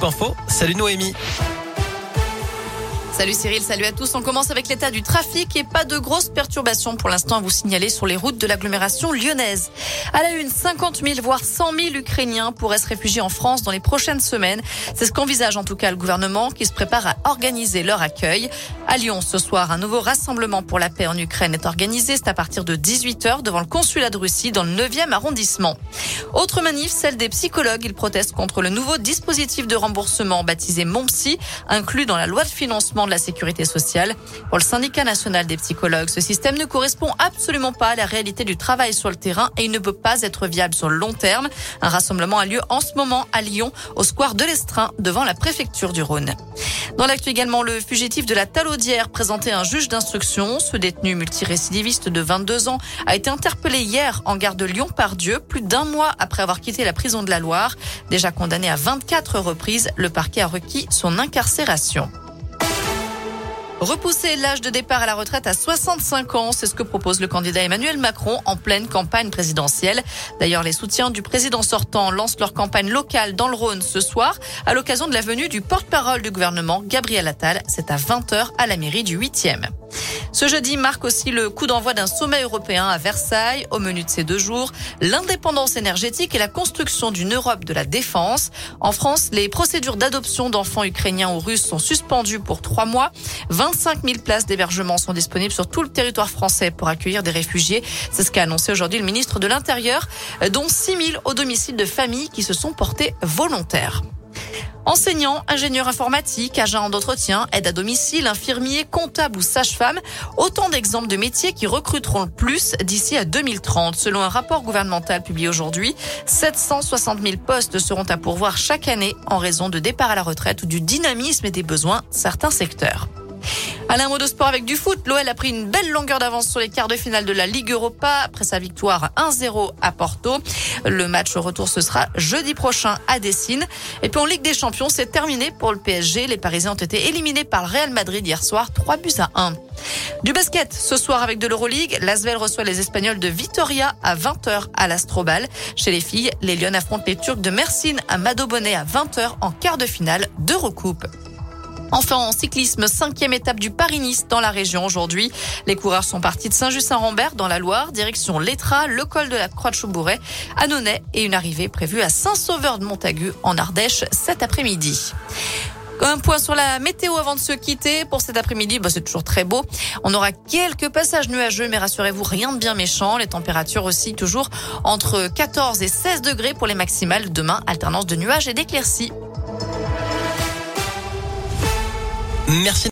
Info. Salut Noémie. Salut Cyril, salut à tous. On commence avec l'état du trafic et pas de grosses perturbations pour l'instant à vous signaler sur les routes de l'agglomération lyonnaise. À la une, 50 000 voire 100 000 Ukrainiens pourraient se réfugier en France dans les prochaines semaines. C'est ce qu'envisage en tout cas le gouvernement qui se prépare à organiser leur accueil. À Lyon, ce soir, un nouveau rassemblement pour la paix en Ukraine est organisé. C'est à partir de 18h devant le consulat de Russie dans le 9e arrondissement. Autre manif, celle des psychologues. Ils protestent contre le nouveau dispositif de remboursement baptisé MonPsy, inclus dans la loi de financement de la sécurité sociale. Pour le syndicat national des psychologues, ce système ne correspond absolument pas à la réalité du travail sur le terrain et il ne peut pas être viable sur le long terme. Un rassemblement a lieu en ce moment à Lyon, au square de l'Estrin, devant la préfecture du Rhône. Dans l'actu également, le fugitif de la Talaudière présenté à un juge d'instruction. Ce détenu multirécidiviste de 22 ans a été interpellé hier en gare de Lyon-Pardieu, plus d'un mois après avoir quitté la prison de la Loire. Déjà condamné à 24 reprises, le parquet a requis son incarcération. Repousser l'âge de départ à la retraite à 65 ans, c'est ce que propose le candidat Emmanuel Macron en pleine campagne présidentielle. D'ailleurs, les soutiens du président sortant lancent leur campagne locale dans le Rhône ce soir à l'occasion de la venue du porte-parole du gouvernement, Gabriel Attal. C'est à 20h à la mairie du 8e. Ce jeudi marque aussi le coup d'envoi d'un sommet européen à Versailles. Au menu de ces 2 jours, l'indépendance énergétique et la construction d'une Europe de la défense. En France, les procédures d'adoption d'enfants ukrainiens ou russes sont suspendues pour 3 mois. 25 000 places d'hébergement sont disponibles sur tout le territoire français pour accueillir des réfugiés. C'est ce qu'a annoncé aujourd'hui le ministre de l'Intérieur, dont 6 000 au domicile de familles qui se sont portés volontaires. Enseignants, ingénieurs informatiques, agents d'entretien, aide à domicile, infirmiers, comptables ou sages-femmes, autant d'exemples de métiers qui recruteront le plus d'ici à 2030. Selon un rapport gouvernemental publié aujourd'hui, 760 000 postes seront à pourvoir chaque année en raison de départ à la retraite ou du dynamisme et des besoins de certains secteurs. Allez, un mot de sport avec du foot. L'OL a pris une belle longueur d'avance sur les quarts de finale de la Ligue Europa après sa victoire 1-0 à Porto. Le match retour, ce sera jeudi prochain à Dessine. Et puis en Ligue des Champions, c'est terminé pour le PSG. Les Parisiens ont été éliminés par le Real Madrid hier soir, 3-1. Du basket, ce soir avec de l'Euroleague, l'Asvel reçoit les Espagnols de Vitoria à 20h à l'Astrobal. Chez les filles, les Lyonnes affrontent les Turcs de Mersin à Madobonnet à 20h en quart de finale d'Eurocoupe. Enfin, en cyclisme, 5e étape du Paris-Nice dans la région aujourd'hui. Les coureurs sont partis de Saint-Just-Saint-Rambert dans la Loire, direction l'Étra, le col de la Croix-de-Chaubourret, Annonay et une arrivée prévue à Saint-Sauveur-de-Montagu en Ardèche cet après-midi. Un point sur la météo avant de se quitter. Pour cet après-midi, c'est toujours très beau. On aura quelques passages nuageux, mais rassurez-vous, rien de bien méchant. Les températures aussi toujours entre 14 et 16 degrés pour les maximales. Demain, alternance de nuages et d'éclaircies. Merci.